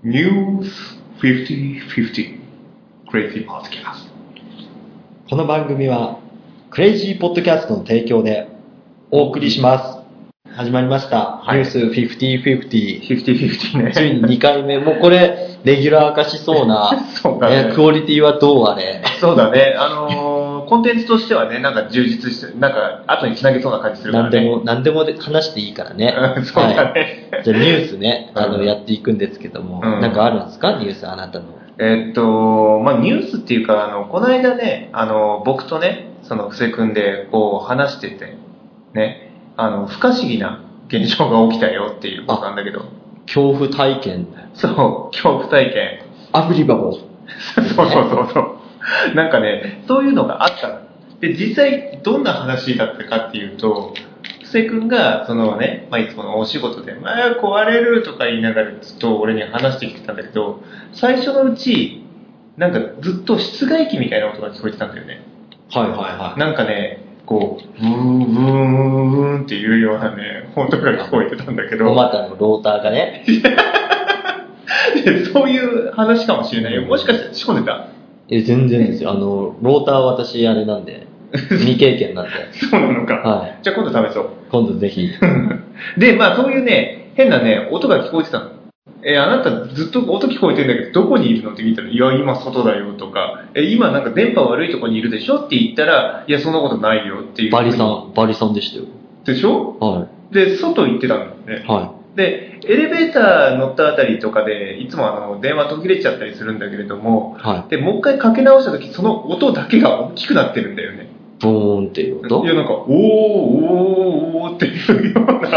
News 50/50 Crazy Podcast。 この番組はクレイジーポッドキャストの提供でお送りします。始まりました、 はい、 ニュース50/50。 50/50ね。 ついに2回目。もうこれレギュラー化しそうなそうだね、 クオリティはどうあれ。 そうだね。コンテンツとしてはね、なんか充実して、なんか後につなげそうな感じするからね。 何でも話していいからね。 そうだね。 はい、じゃあニュースね、やっていくんですけども、なんかあるんですかニュースあなたの。 まあニュースっていうか、この間ね、僕とね、その布施君でこう話してて、ね、不可思議な現象が起きたよっていうことなんだけど。 恐怖体験。 そう、恐怖体験。 アブリバボー。 そう。なんかね、そういうのがあったの。で、実際どんな話だったかっていうと、布施君が、そのね、まあ、いつものお仕事で、壊れるとか言いながらずっと俺に話してきてたんだけど、最初のうち、なんかずっと室外機みたいな音が聞こえてたんだよね。 はい。 なんかね、こう、ブーンブーンブーンっていうようなね、音が聞こえてたんだけど。 お股のローターがね。 そういう話かもしれないよ。もしかして仕込んでた？ 全然ですよ。ローターは私あれなんで、未経験なんで。 そうなのか。 はい。 じゃあ今度試そう。 今度ぜひ。 で、まあそういうね、変なね、音が聞こえてたの。あなたずっと音聞こえてるんだけど、どこにいるのって聞いたら、いや、今外だよとか、今なんか電波悪いとこにいるでしょって言ったら、いや、そんなことないよっていう。 バリさんでしたよ。 でしょ？ はい。で、外行ってたんだよね。 はい。 で、エレベーター乗ったあたりとかで、いつも電話途切れちゃったりするんだけれども、 はい。 で、もう一回かけ直したとき、その音だけが大きくなってるんだよね。 ボーンっていう音？ いや、なんか、おーっていうような、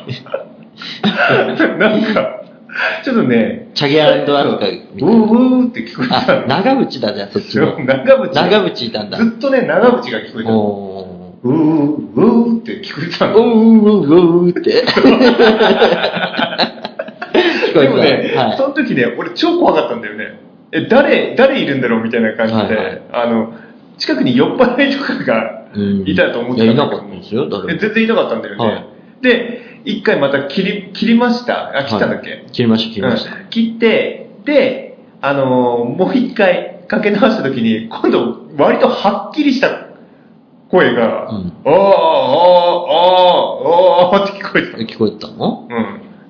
なんか、ちょっとね、 チャゲ&アスカみたいな。 おーって聞こえた。 あ、長渕だじゃん、そっちの。 長渕いたんだ。 ずっとね、長渕が聞こえた。うーって聞こえたの。 うーって。聞こえた。 でもね、 はい、 その時ね、俺超怖かったんだよね。誰いるんだろうみたいな感じで、はいはい、近くに酔っ払いとかがいたと思ってたんだけども、 いなかったんですよ、 全然いなかったんだよね。はい、で、一回また切りました。切ったんだっけ？ 切りました。 切って、で、もう一回かけ直した時に、今度割とはっきりした声が、あーって聞こえてた。 聞こえてたの？ うん。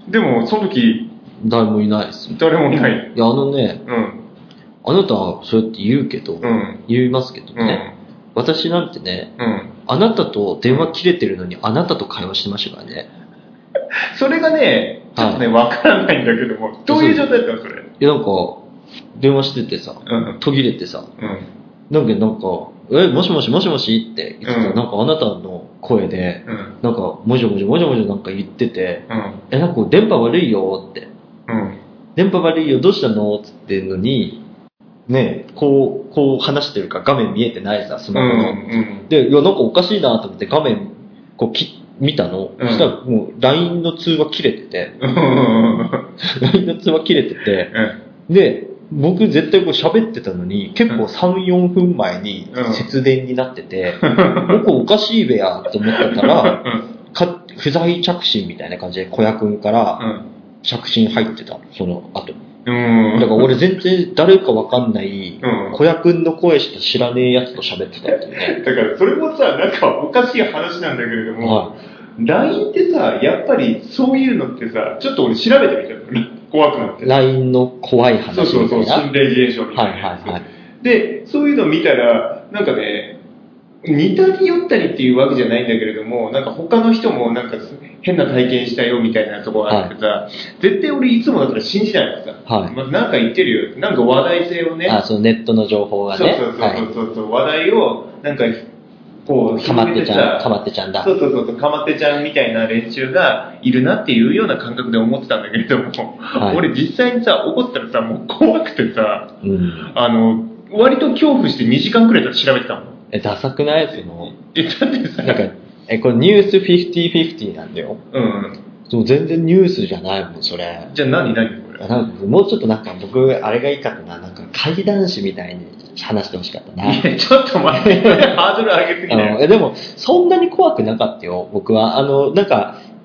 でも、その時、 誰もいないですよ。 誰もいない。 いや、あなたはそうやって言うけど、言いますけどね、私なんてね、あなたと電話切れてるのにあなたと会話してましたからね。 それがね、ちょっとね、わからないんだけども、どういう状態だったのそれ？ いや、なんか、電話しててさ、途切れてさ、なんか、もしもしって言ってたら、なんかあなたの声で、なんか、もじょもじょなんか言ってて、なんか電波悪いよって、電波悪いよ、どうしたのつってんのに、ね、こう話してるから画面見えてないさ、スマホの。で、いや、なんかおかしいなと思って画面、こう見たの。そしたらもう LINE の通話切れてて、LINE の通話切れてて、で、僕絶対こう喋ってたのに、結構3、4分前に節電になってて、僕おかしいべやと思ってたら、不在着信みたいな感じで小屋くんから着信入ってた、その後。だから俺全然誰かわかんない小屋くんの声しか知らねえやつと喋ってたっていうね。 だからそれもさ、なんかおかしい話なんだけれども、LINE ってさ、やっぱりそういうのってさ、ちょっと俺調べてみたの。怖くなって。 LINE の怖い話みたいな。 心霊現象みたいなやつ。で、そういうの見たら、なんかね、似たり寄ったりっていうわけじゃないんだけれども、なんか他の人もなんか変な体験したよみたいなところがあってさ、絶対俺いつもだったら信じないからさ、なんか言ってるよ。なんか話題性をね。 そのネットの情報がね。 そう、話題をなんか、こう、 かまってちゃんだ。 そう、かまってちゃんみたいな連中がいるなっていうような感覚で思ってたんだけれども、俺実際にさ、怒ったらさ、もう怖くてさ、割と恐怖して2時間くらいだと調べてたもん。 ダサくないその。 だってさ、 なんか、これニュース50/50なんだよ。でも全然ニュースじゃないもん、それ。 じゃあ何これ。 なんかもうちょっとなんか僕、あれがいいかったな、なんか怪談師みたいに話してほしかったな。 いや、ちょっと待って、ハードル上げすぎだよ。 でも、そんなに怖くなかったよ、僕は。なんか、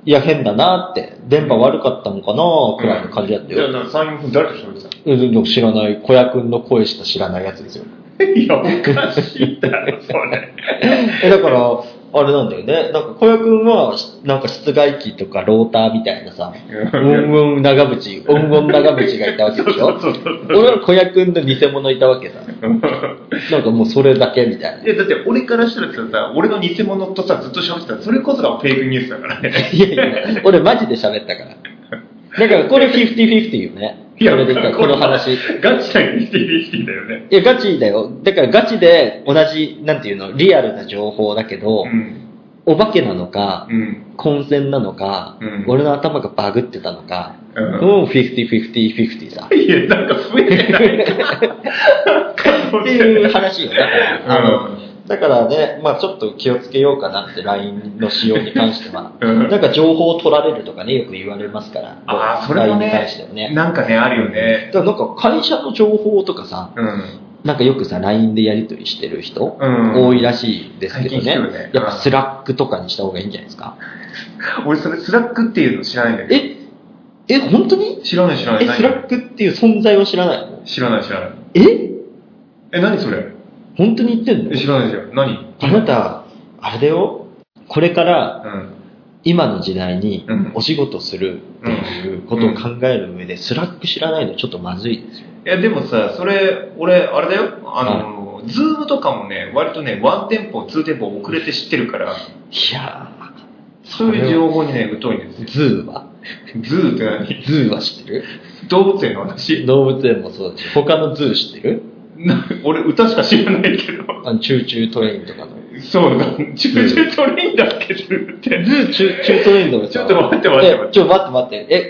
いや、変だなって、電波悪かったのかなくらいの感じだったよ。 じゃあ、3、4分誰と喋ってたの知らない、小屋くんの声しか知らないやつですよ。 いや、おかしいだろ、それ。 だから、あれなんだよね。なんか小屋くんは、なんか室外機とかローターみたいなさ、音音長渕がいたわけでしょ。俺は小屋くんの偽物いたわけさ。なんかもうそれだけみたいな。 いや、だって俺からしたらさ、俺の偽物とさ、ずっと喋ってたら、それこそがフェイクニュースだからね。 いやいや、俺マジで喋ったから。だからこれ50-50よね。 いや、 これでこの話。 ガチな50-50だよね。 いや、ガチだよ。だからガチで同じ、なんていうの、リアルな情報だけど、お化けなのか、混戦なのか、俺の頭がバグってたのか、もう50-50-50さ。 いや、なんか増えてないっていう話よ。だからね、まあちょっと気をつけようかなって LINE の使用に関しては。なんか情報を取られるとかね、よく言われますから。 ああ、それもね、 LINE に関してはね。 なんかね、あるよね。 だからなんか会社の情報とかさ、なんかよくさ、LINE でやり取りしてる人、多いらしいですけどね。やっぱスラックとかにした方がいいんじゃないですか。 俺それスラックっていうの知らないんだけど。 本当に知らない。 スラックっていう存在を知らないの？ 知らない。何それ？ 本当に言ってんの？ 知らないじゃん。何？ あなた、あれだよ。これから、今の時代にお仕事するっていうことを考える上で、スラック知らないのちょっとまずいですよ。 いや、でもさ、それ、俺、あれだよ。ズームとかもね、割とね、1店舗、2店舗遅れて知ってるから、 いやー、 そういう情報にね、疎いんですよ。 ズーはって何？ ズーは知ってる？ 動物園の話？ 動物園もそうだし、他のズー知ってる？ 俺、歌しか知らないけど。 チューチュートレインとかの。 そうだ、チューチュートレインだっけ、ズーって。 ズーチュートレインのちょっと待って。 待って。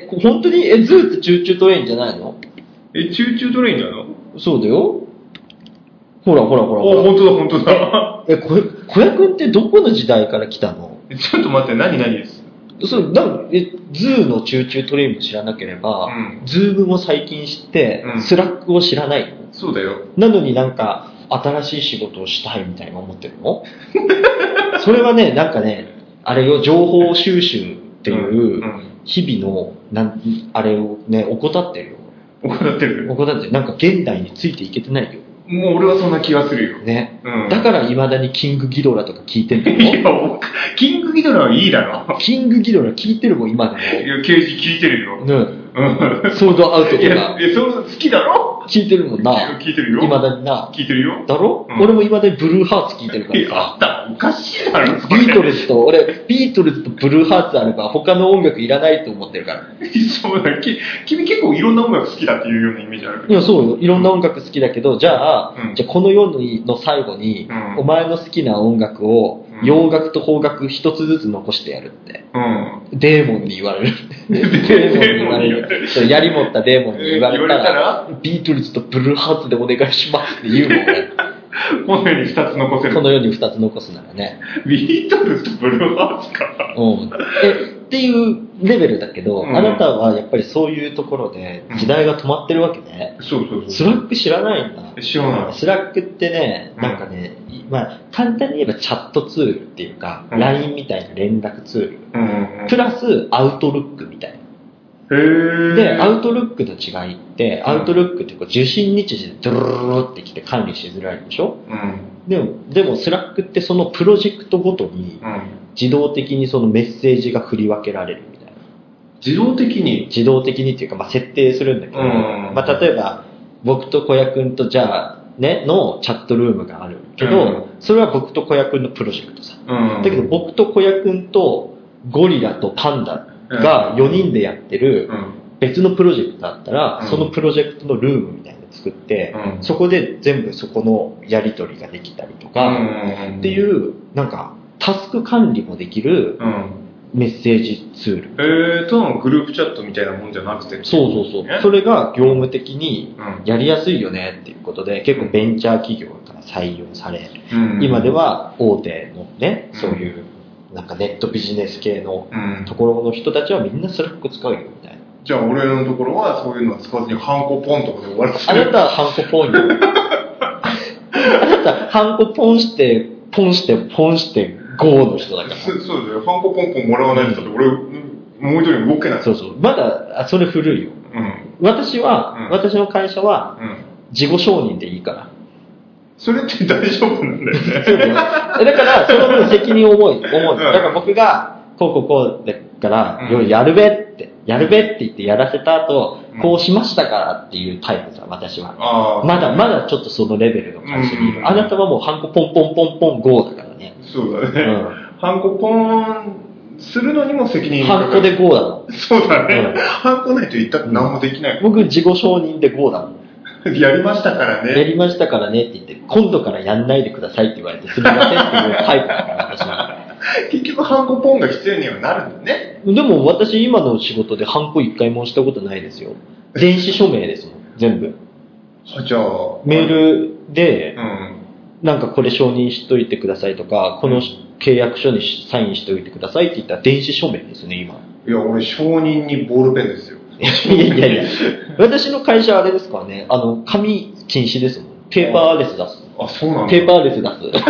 本当にズーってチューチュートレインじゃないの？ チューチュートレインなの？ そうだよ。ほら。 本当だ。 小屋くんってどこの時代から来たの？ ちょっと待って、何です？ ズーのチューチュートレインも知らなければ、ズームも最近知って、スラックを知らないの？ そうだよ。 なのになんか、新しい仕事をしたいみたいな思ってるの？それはね、なんかね、あれよ、情報収集っていう、日々の、あれをね、怠ってるよ。怠ってる。なんか現代についていけてないよ。 もう俺はそんな気がするよ。 ね。だから未だにキングギドラとか聞いてるの？ いや、キングギドラはいいだろ。 キングギドラ聞いてるもん、今でも。いや、刑事聞いてるよ。 ソードアウトとか。 いや、そう好きだろ？ 聞いてるもんな。 聞いてるよ。 未だにな。 聞いてるよ。 だろ？俺も未だにブルーハーツ聞いてるからさ。 あった、おかしいだろ、 ビートルズとブルーハーツあれば他の音楽いらないと思ってるから。 そうだ、君結構いろんな音楽好きだっていうようなイメージある。 いや、そうよ。いろんな音楽好きだけど、じゃあこの世の最後に、お前の好きな音楽を、洋楽と邦楽一つずつ残してやるって。デーモンに言われる。デーモンに言われる。やりもったデーモンに言われたら、ビートルズとブルーハーツでお願いしますって言うもんね。 この世に2つ残せる。 この世に2つ残すならね。 ビートルズとブルーハーツか。 っていうレベルだけど、あなたはやっぱりそういうところで時代が止まってるわけね。 そう。 スラック知らないんだ。 知らない。 スラックってね、なんかね、まあ簡単に言えばチャットツールっていうか、LINE みたいな連絡ツール。プラスアウトルックみたいな。で、アウトルックの違いって、アウトルックって受信日時でドロロロってきて管理しづらいでしょ？でもスラックってそのプロジェクトごとに自動的にそのメッセージが振り分けられるみたいな。 自動的にっていうか、まあ、設定するんだけど、まあ、例えば僕と小屋くんとじゃあねのチャットルームがあるけど、それは僕と小屋くんのプロジェクトさ。だけど僕と小屋くんとゴリラとパンダが4人でやってる別のプロジェクトだったら、そのプロジェクトのルームみたいなの作って、そこで全部そこのやり取りができたりとか、っていうなんかタスク管理もできるメッセージツール。 ただのグループチャットみたいなもんじゃなくて。 そう。それが業務的にやりやすいよねっていうことで、結構ベンチャー企業から採用され、今では大手のね、そういうなんかネットビジネス系のところの人たちはみんなスラック使うよみたいな。 じゃあ俺のところはそういうのは使わずにハンコポンとかで終わらせる。 あなたはハンコポンよ。あなたハンコポンしてゴーの人だから。 そうだよ。ハンコポンポンもらわないと俺思い通り動けない。 そうそう。まだ、それ古いよ。 うん。 私の会社は、自己承認でいいから。 それって大丈夫なんだよね。 そうだよ。だから、その分責任重い。だから僕が、こうでから、やるべって言ってやらせた後、こうしましたからっていうタイプさ、私は。まだちょっとそのレベルの会社にいる。あなたはもうハンコポンポンポンポン GO だからね。 そうだね。ハンコポンするのにも責任がハンコで GO だもん。 そうだね。ハンコないと言ったって何もできない。 僕自己承認で GO だもん。 やりましたからね。 やりましたからねって言って、今度からやんないでくださいって言われて、すみませんっていうタイプだから、私は。 結局、ハンコポンが必要にはなるんだね。 でも私、今の仕事でハンコ一回もしたことないですよ。電子署名ですもん、全部。 じゃあ。 メールで、なんかこれ承認しといてくださいとか、この契約書にサインしといてくださいって言ったら電子署名ですね、今。 いや、俺、承認にボールペンですよ。 いや。私の会社はあれですからね、紙禁止ですもん。ペーパーレス出す。 あ、そうなんだ。 ペーパーレス出す。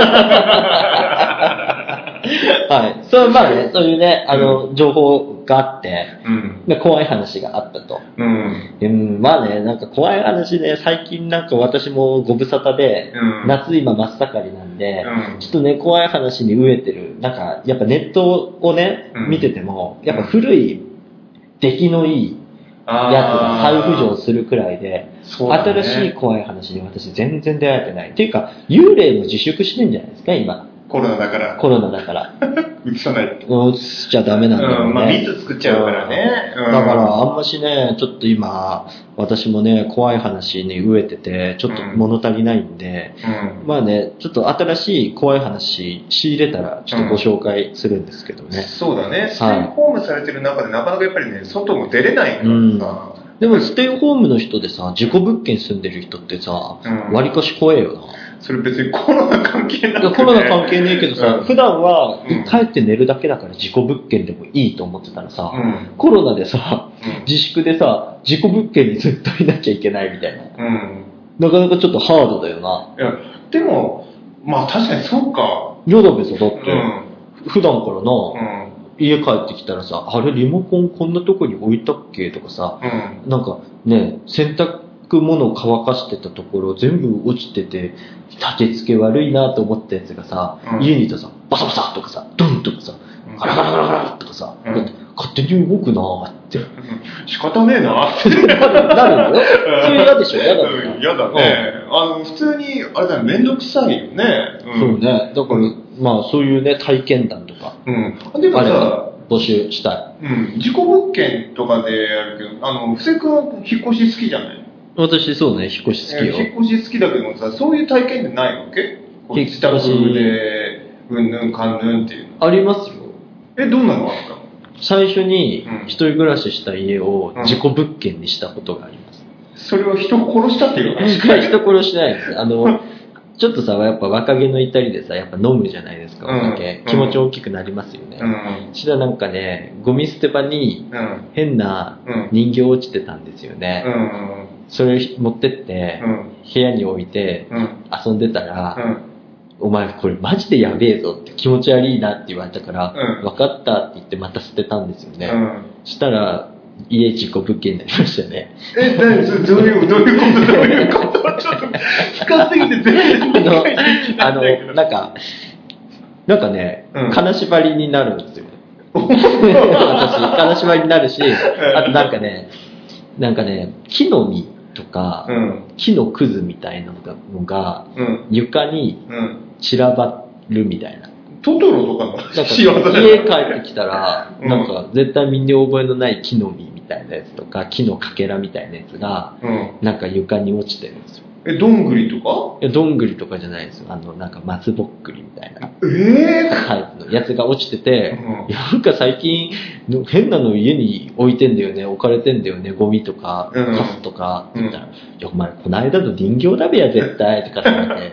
はい。そう、まあね、そういうね、情報があって、怖い話があったと。まあね、なんか怖い話ね、最近なんか私もご無沙汰で、夏今真っ盛りなんで、ちょっとね、怖い話に飢えてる。なんか、やっぱネットをね、見てても、やっぱ古い、出来のいいやつが再浮上するくらいで、新しい怖い話に私全然出会えてない。っていうか、幽霊も自粛してんじゃないですか、今。 コロナだから。映さないって。 映しちゃダメなんだよね。 まあ密作っちゃうからね。 だからあんましね、ちょっと今、私もね、怖い話に飢えてて、ちょっと物足りないんで、まあね、ちょっと新しい怖い話仕入れたら、ちょっとご紹介するんですけどね。 そうだね。ステイホームされてる中でなかなかやっぱりね、外も出れないからさ。 でもステイホームの人でさ、事故物件住んでる人ってさ、割かし怖えよな。 それ別にコロナ関係ない、ね。 コロナ関係ねえけどさ、普段は帰って寝るだけだから事故物件でもいいと思ってたらさ、コロナでさ、自粛でさ、事故物件にずっといなきゃいけないみたいな。なかなかちょっとハードだよな。 いや、でも、まあ確かにそうか。 嫌だべさ、だって、普段からな、家帰ってきたらさ、あれリモコンこんなとこに置いたっけとかさ、なんかね、洗濯物を乾かしてたところ全部落ちてて、立て付け悪いなと思ったやつがさ、家にいたらさ、バサバサとかさ、ドンとかさ、ガラガラガラガラとかさ、勝手に動くなーって。 仕方ねえなってなるんだよ。それ嫌でしょ、嫌だね。 嫌だね。普通に、あれだね、めんどくさいよね。 そうね。だから、まあそういうね、体験談とか。 でもさ、 募集したい。事故物件とかでやるけど、布施君は引っ越し好きじゃない？ 私そうね、引っ越し好きよ。 引っ越し好きだけどさ、そういう体験ってないわけ？自宅で、うんぬんかんぬんっていうの。 ありますよ。 どんなのあったの？ 最初に一人暮らしした家を事故物件にしたことがあります。 それを人を殺したっていう話？ 人殺してないです。ちょっとさ、やっぱ若気の至りでさ、やっぱ飲むじゃないですか、お酒。気持ち大きくなりますよね。したらなんかね、ゴミ捨て場に変な人形落ちてたんですよね。それ持ってって、部屋に置いて遊んでたら、お前これマジでやべえぞって気持ち悪いなって言われたから、分かったって言ってまた捨てたんですよね。したら、家事故物件になりましたね。 何それどういうことちょっと深すぎて全然理解できないんだけど。 なんかね、金縛りになるんですよ。私、金縛りになるし、あとなんかね、木の実とか、木のくずみたいなのが、床に散らばるみたいな。 トトロとかの仕業で家帰ってきたら、なんか絶対身に覚えのない木の実みたいなやつとか、木のかけらみたいなやつが、なんか床に落ちてるんですよ。 どんぐりとか？ いや、どんぐりとかじゃないですよ。なんか松ぼっくりみたいな。タイプのやつが落ちてて、なんか最近、変なの家に置いてんだよね、置かれてんだよね、ゴミとか、カスとか、って言ったら、いや、お前、この間の人形だべや、絶対、とかって言って、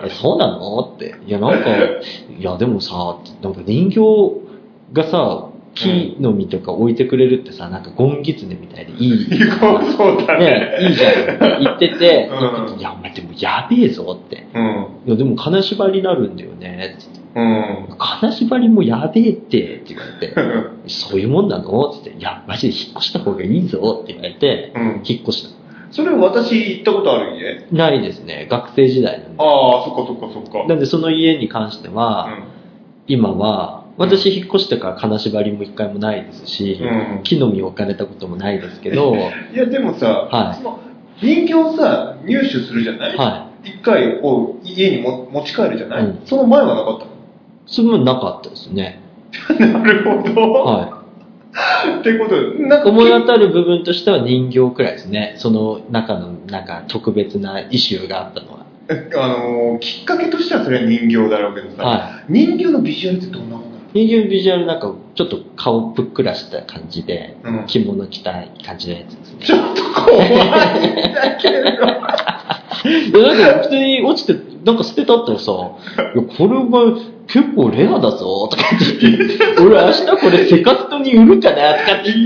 そうなのって。いや、なんか、いや、でもさ、なんか人形がさ、木の実とか置いてくれるってさ、なんかゴンギツネみたいでいい。 そうだね。 いいじゃん。言ってて、いや、お前でもやべえぞって。いや、でも金縛りになるんだよね。 金縛りもやべえって言われて、そういうもんなのって言って、いや、マジで引っ越した方がいいぞって言われて、引っ越した。 それ私行ったことある家？ ないですね。学生時代なんで。 ああ、そっかそっかそっか。 なんでその家に関しては、今は、私引っ越してから金縛りも一回もないですし、木の実を置かれたこともないですけど。 いやでもさ、その人形をさ、入手するじゃない？一回こう家に持ち帰るじゃない？その前はなかったの？ それもなかったですね。 なるほど。ってことで、 なんか思い当たる部分としては人形くらいですね。その中のなんか特別なイシューがあったのは。 きっかけとしてはそれは人形だろうけどさ、人形のビジュアルってどんなものなの？ 人形のビジュアルなんかちょっと顔ぷっくらした感じで、着物着たい感じのやつですね。 ちょっと怖いんだけど。 なんか普通に落ちて、なんか捨てたったらさ、いや、これお前結構レアだぞとかって言って、俺明日これセカストに売るかなとかって言って、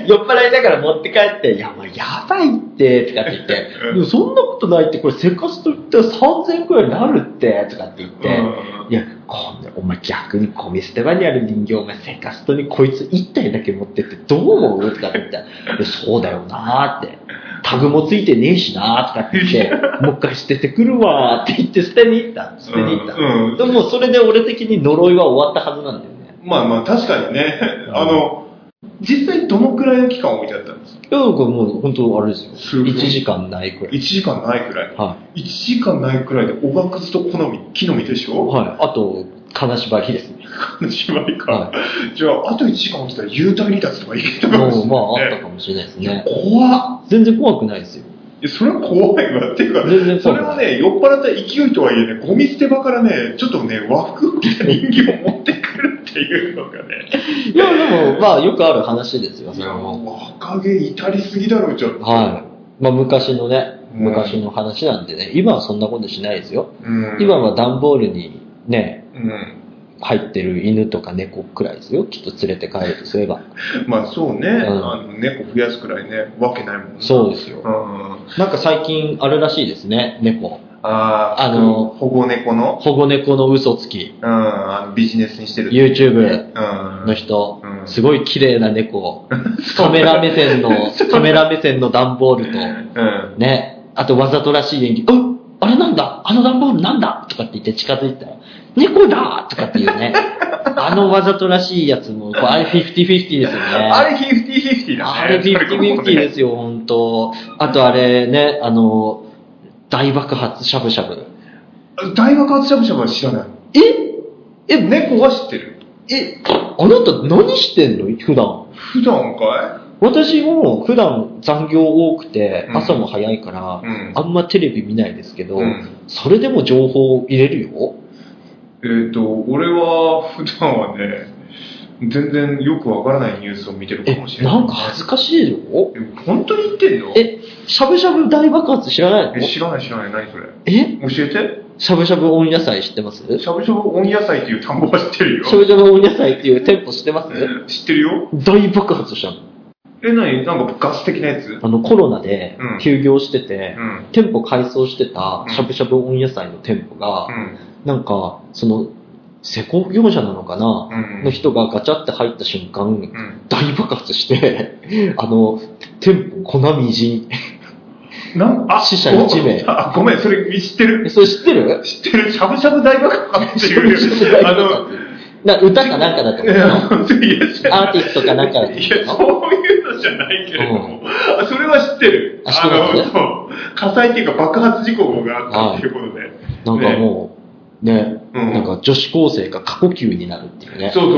酔っ払いながら持って帰って、いや、まあやばいってとかって言って、いやそんなことないって、これセカストって3000円くらいになるってとかって言って、いや、お前逆にゴミ捨て場にある人形がセカストにこいつ1体だけ持ってってどう思うとかって言ったら、いやそうだよなーって。タグもついてねえしなとかって言って、もう一回捨ててくるわって言って捨てに行った。でもそれで俺的に呪いは終わったはずなんだよね。 まあまあ確かにね。実際どのくらいの期間置いてあったんですか？ いや、もう本当あれですよ。1時間ないくらい。 1時間ないくらい。 はい。 1時間ないくらいでおがくずと木の実でしょ？ はい。あと、金縛りですね。 金縛りか。はい、じゃあ、あと1時間起きたら幽体離脱とかいけたかもしれない、ね。 まあ、あったかもしれないですね。 怖っ。 全然怖くないですよ。 いや、それは怖いわ。っていうか、それはね、酔っ払った勢いとはいえね、ゴミ捨て場からね、ちょっとね、和服を着た人形を持ってくるっていうのがね。 いや、でも、まあ、よくある話ですよ、それも。若気至りすぎだろ、ちょっと。 はい。まあ、昔の話なんでね、今はそんなことしないですよ。今は段ボールにね、入ってる犬とか猫くらいですよ。きっと連れて帰るとすれば。 まあそうね、猫増やすくらいね、わけないもんね。 そうですよ。なんか最近あるらしいですね、猫。 保護猫の嘘つき。 ビジネスにしてる。 YouTube の人、すごい綺麗な猫。カメラ目線の段ボールと、ね。あとわざとらしい演技。あれなんだ、あの段ボールなんだとかって言って近づいたら、猫だとかっていうね。わざとらしいやつも、あれ50-50ですよね。 あれ50-50だね。 あれ50-50ですよ、ほんと。あとあれね、大爆発しゃぶしゃぶ。 大爆発しゃぶしゃぶは知らない。猫は知ってる。 あなた何してんの普段かい？ 私も普段残業多くて朝も早いから、あんまテレビ見ないですけど、それでも情報を入れるよ。 俺は普段はね、全然よくわからないニュースを見てるかもしれない。 なんか恥ずかしいよ。 本当に言ってんの？ しゃぶしゃぶ大爆発知らないの？ 知らない。何それ？教えて。 しゃぶしゃぶ温野菜知ってます？ しゃぶしゃぶ温野菜っていう単語は知ってるよ。 しゃぶしゃぶ温野菜っていう店舗知ってます？ 知ってるよ。 大爆発したの。 なんかガス的なやつ？ コロナで休業してて、店舗改装してたしゃぶしゃぶ温野菜の店舗が、なんか、施工業者なのかな、の人がガチャって入った瞬間、大爆発して、店舗粉みじん。死者1名。 ごめん、それ知ってる。 それ知ってる？ 知ってる。しゃぶしゃぶ大爆発っていう。 歌かなんかだと思う。アーティストかなんかだと思う。 いや、そういうのじゃないけれども。それは知ってる。火災っていうか爆発事故があったっていうことで。 なんかもう、ね、なんか女子高生が過呼吸になるっていうね。 そう。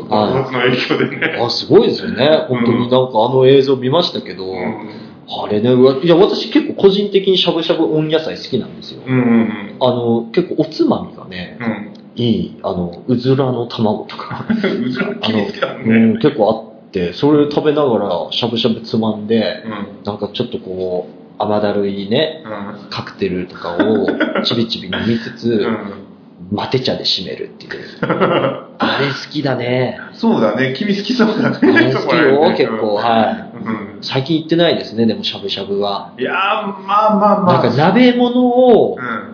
爆発の影響でね。 すごいですよね。本当になんか映像見ましたけど、あれね、いや、私結構個人的にしゃぶしゃぶ温野菜好きなんですよ。結構おつまみがね、いい、うずらの卵とか。 うずら君好きだもんね。 結構あって、それ食べながらしゃぶしゃぶつまんで、なんかちょっとこう、甘だるいね、カクテルとかをちびちび飲みつつ、マテ茶で締めるっていう。あれ好きだね。 そうだね。君好きそうだね。 あれ好きよ、結構。はい。最近行ってないですね、でもしゃぶしゃぶは。 いやー、まあ。 なんか鍋物を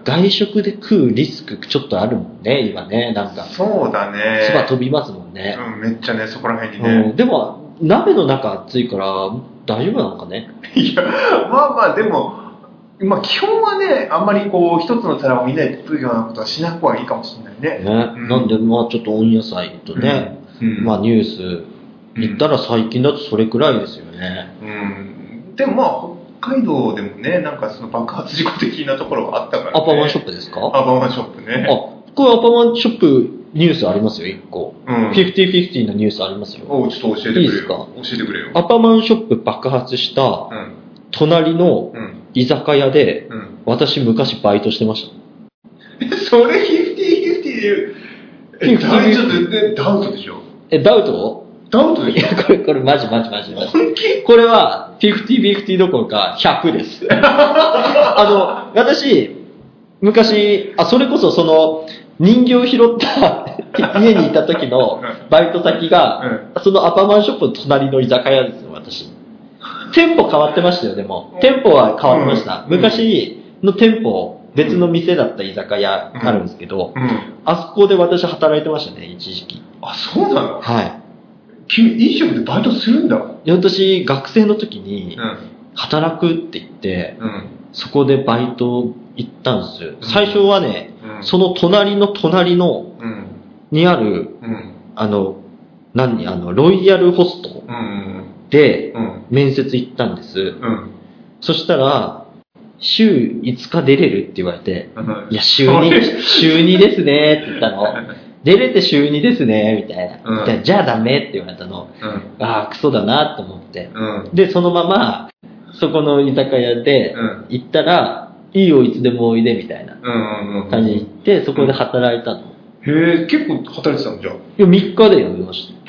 外食で食うリスクちょっとあるもんね、今ね。なんか。 そうだね。 唾飛びますもんね。 めっちゃね、そこら辺にね。 でも、鍋の中暑いから大丈夫なのかね。 いや、まあでも、基本はね、あんまりこう、一つの皿をみんなで食うようなことはしなくはいいかもしれないね。 なんで、ちょっと温野菜とね、ニュース言ったら最近だとそれくらいですよね。 でも北海道でもね、なんかその爆発事故的なところがあったからね。 アパマンショップですか？ アパマンショップね。 これアパマンショップニュースありますよ、1個。50/50のニュースありますよ。 ちょっと教えてくれよ。 いいですか？ 教えてくれよ。 アパマンショップ爆発した隣の居酒屋で、私昔バイトしてました。 それ50/50で言う。ダウトでしょ？ ダウトでしょ？これマジ。これは50/50どころか100です。私、昔、それこそその人形拾った家にいた時のバイト先が、そのアパマンショップの隣の居酒屋ですよ、私。店舗変わってましたよ、でも。店舗は変わってました。昔の店舗、別の店だった居酒屋あるんですけど、あそこで私働いてましたね、一時期。 そうなの？ はい。 君、飲食でバイトするんだ。 私、学生の時に、働くって言って、そこでバイト行ったんですよ。最初はね、その隣のにある、ロイヤルホストで面接行ったんです。そしたら、週5日出れるって言われて、いや、週2ですねって言ったの。出れて週2ですねみたいな。じゃあダメって言われたの。クソだなと思って。で、そのまま、そこの居酒屋で行ったら、いいよ、いつでもおいでみたいな感じに行って、そこで働いたの。 へえ、結構働いてたのじゃあ。 いや、3日で辞めました。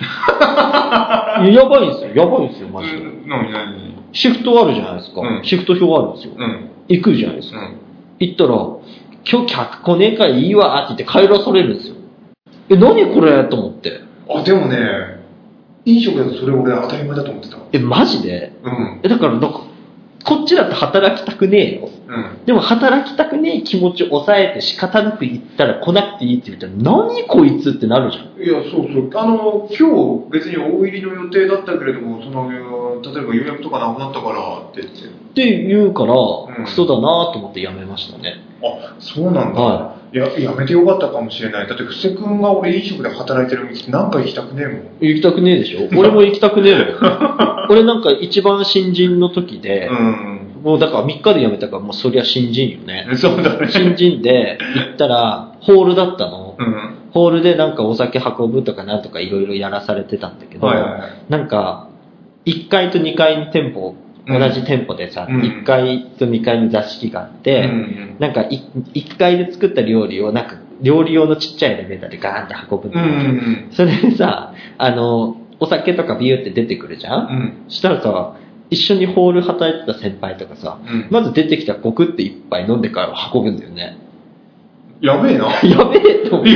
やばいんですよ、マジで。 何シフトあるじゃないですか。シフト表あるんですよ。行くじゃないですか。行ったら、今日客来ねえからいいわって言って帰らされるんですよ。何これと思って。 でもね、飲食だとそれ俺当たり前だと思ってた。 マジで？だからなんか、こっちだって働きたくねえよ。でも働きたくねえ気持ちを抑えて仕方なく行ったら来なくていいって言ったら、何こいつってなるじゃん。 いや、そう。今日別に大入りの予定だったけれども、例えば予約とかなくなったからって言って。 って言うから、クソだなと思って辞めましたね。 そうなんだ。いや、辞めてよかったかもしれない。だって布施くんが俺飲食で働いてる店何回行きたくねえもん。 行きたくねえでしょ？俺も行きたくねえもん。俺なんか一番新人の時で、もうだから3日で辞めたからもうそりゃ新人よね。 そうだね。 新人で行ったらホールだったの。ホールでなんかお酒運ぶとかなんとかいろいろやらされてたんだけど、なんか1階と2階に店舗、同じ店舗でさ、1階と2階に座敷があって、なんか 1階で作った料理をなんか料理用のちっちゃいエレベーターでガーンって運ぶんだけど、それでさ、お酒とかビューって出てくるじゃん、そしたらさ、一緒にホール働いてた先輩とかさ、まず出てきたコクって一杯飲んでから運ぶんだよね。 やべえな。 やべえと思って。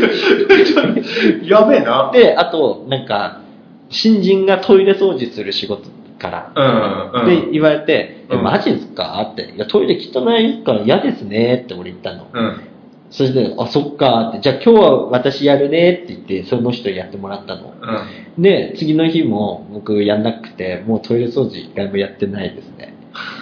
やべえな。 で、あと、なんか、新人がトイレ掃除する仕事から、で言われて、マジですかって、いやトイレ汚いから嫌ですねって俺言ったの。それで、そっかって、じゃあ今日は私やるねって言って、その人やってもらったの。で、次の日も僕やんなくて、もうトイレ掃除一回もやってないですね。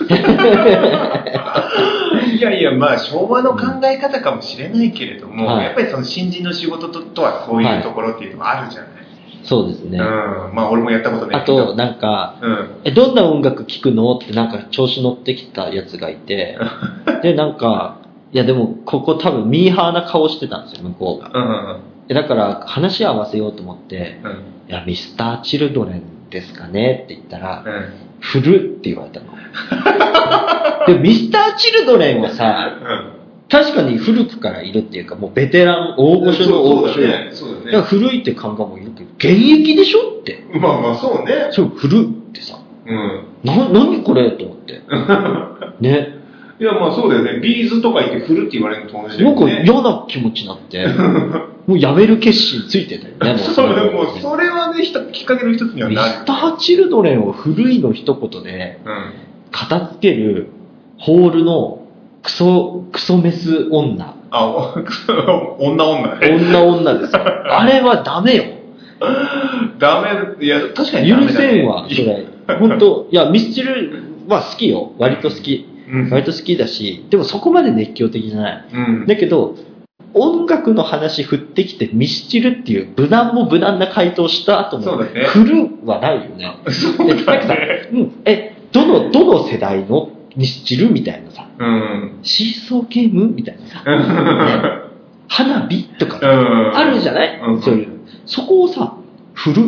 いや、昭和の考え方かもしれないけれども、やっぱりその新人の仕事とはそういうところっていうのもあるじゃない。 そうですね。 俺もやったことないけど。 あと、なんか、どんな音楽聴くのってなんか調子乗ってきたやつがいて、で、なんか、いやでもここ多分ミーハーな顔してたんですよ、向こうが。だから話合わせようと思って、いや、ミスターチルドレンですかねって言ったら、古って言われたの。でもミスターチルドレンはさ、確かに古くからいるっていうか、もうベテラン、大御所の大御所。だから古いって感覚もいるけど、現役でしょって。 そうね。 そう、古ってさ。何これと思って。ね。 いや、そうだよね。ビーズとか言って古って言われるのと同じだよね。 なんか嫌な気持ちになって、もうやめる決心ついてたよね。 それはね、きっかけの一つにはなる。 ミスターチルドレンを古いの一言で、片付けるホールのクソメス女。 女ね。 女ですよ。あれはダメよ。 ダメ、いや、確かにダメだね。 許せんわ、それ。本当いや、ミスチルは好きよ。割と好き。割と好きだし、でもそこまで熱狂的じゃない。だけど、音楽の話振ってきてミスチルっていう無難も無難な回答した後の振るはないよね。 そうだね。 なんかさ、どの世代のミスチルみたいなさ、シーソーゲームみたいなさ、花火とかあるじゃない、そういう。そこをさ、振るって。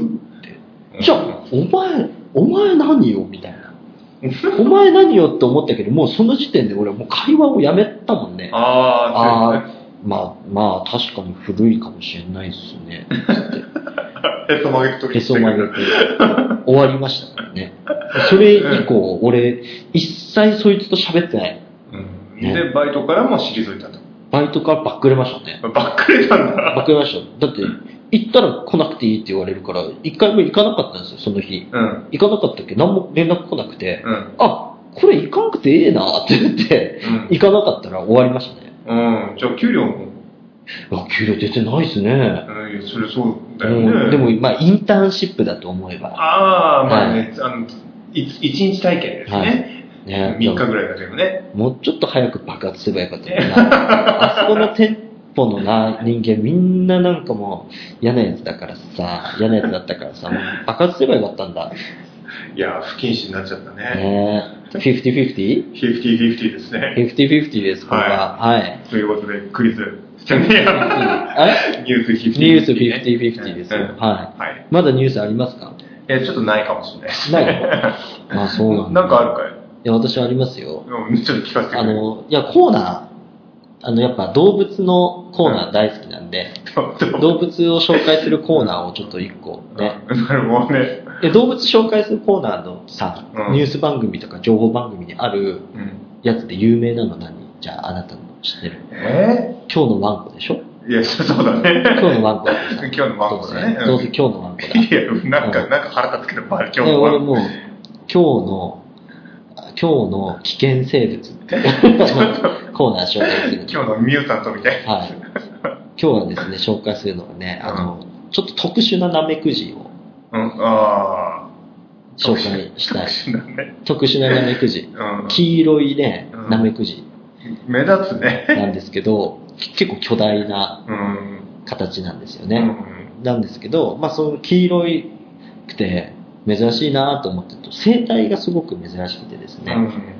じゃあ、お前何よみたいな。お前何よって思ったけど、もうその時点で俺もう会話をやめたもんね。まあ確かに古いかもしれないですね。 へそ曲げて終わりましたからね。それ以降、俺一切そいつと喋ってない。 で、バイトからも退いたと。 バイトからバックれましたね。 バックれたんだ。 バックれました。だって、行ったら来なくていいって言われるから、一回も行かなかったんですよ、その日。行かなかったっけ何も連絡来なくて、あ、これ行かなくてええなって言って、行かなかったら終わりましたね。 じゃあ給料も給料出てないですね。 それそうだよね。 でも、まあ、インターンシップだと思えば。 まあね、一日体験ですね。3日ぐらいだけどね。 もうちょっと早く爆発すればよかったな。あそこの店舗の人間みんななんかもう嫌なやつだからさ、嫌なやつだったからさ、もう爆発すればよかったんだ。 いや、不謹慎になっちゃったね。 50-50? 50-50ですね。 50-50です、これは。はい。 ということで、クイズ。ニュース50-50。 ニュース50-50ですよ。はい。まだニュースありますか？ いや、ちょっとないかもしれない。 ないあ、そうなんだ。 なんかあるかい？ いや、私ありますよ。 ちょっと聞かせてくれ。 いや、コーナー、やっぱ動物のコーナー大好きなんで、動物を紹介するコーナーをちょっと一個ね。 なるほどね。 動物紹介するコーナーのさ、ニュース番組とか情報番組にあるやつで有名なの何？じゃああなたの知ってる？今日のワンコでしょ？ いや、そうだね。 今日のワンコだね。 今日のワンコだね。 どうせ今日のワンコだ。 いや、なんか腹立つけど、今日のワンコ。 俺もう、今日の危険生物ってコーナー紹介する。 今日のミュータントみたいな。 はい。今日はですね、紹介するのはね、ちょっと特殊なナメクジを紹介したい。特殊なナメクジ。黄色いね、ナメクジ。 目立つね。 なんですけど、結構巨大な形なんですよね。なんですけど、まあその黄色いくて珍しいなと思ってると、生態がすごく珍しくてですね、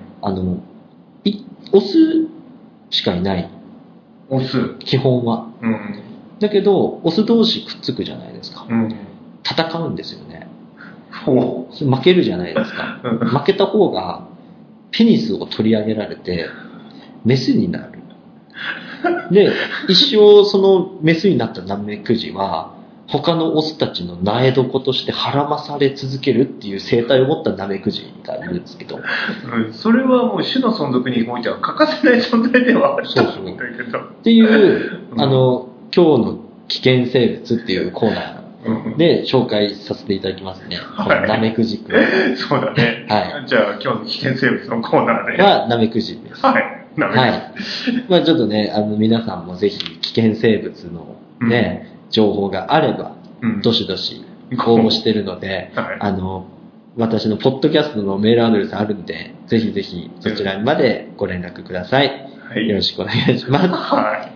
オスしかいない。 オス。 基本は。だけど、オス同士くっつくじゃないですか。戦うんですよね。負けるじゃないですか。負けた方がペニスを取り上げられて、メスになる。で、一生そのメスになったナメクジは、他のオスたちの苗床としてはらまされ続けるっていう生態を持ったナメクジがいるんですけど、 それはもう種の存続においては欠かせない存在ではあると思うんだけど。 っていう、今日の危険生物っていうコーナーで紹介させていただきますね。このナメクジくん。 そうだね。はい。じゃあ今日の危険生物のコーナーで。 はナメクジです。 はい。 はい。まあちょっとね、皆さんもぜひ危険生物のね、情報があれば、どしどし応募してるので、私のポッドキャストのメールアドレスあるんで、ぜひぜひそちらまでご連絡ください。よろしくお願いします。 はい。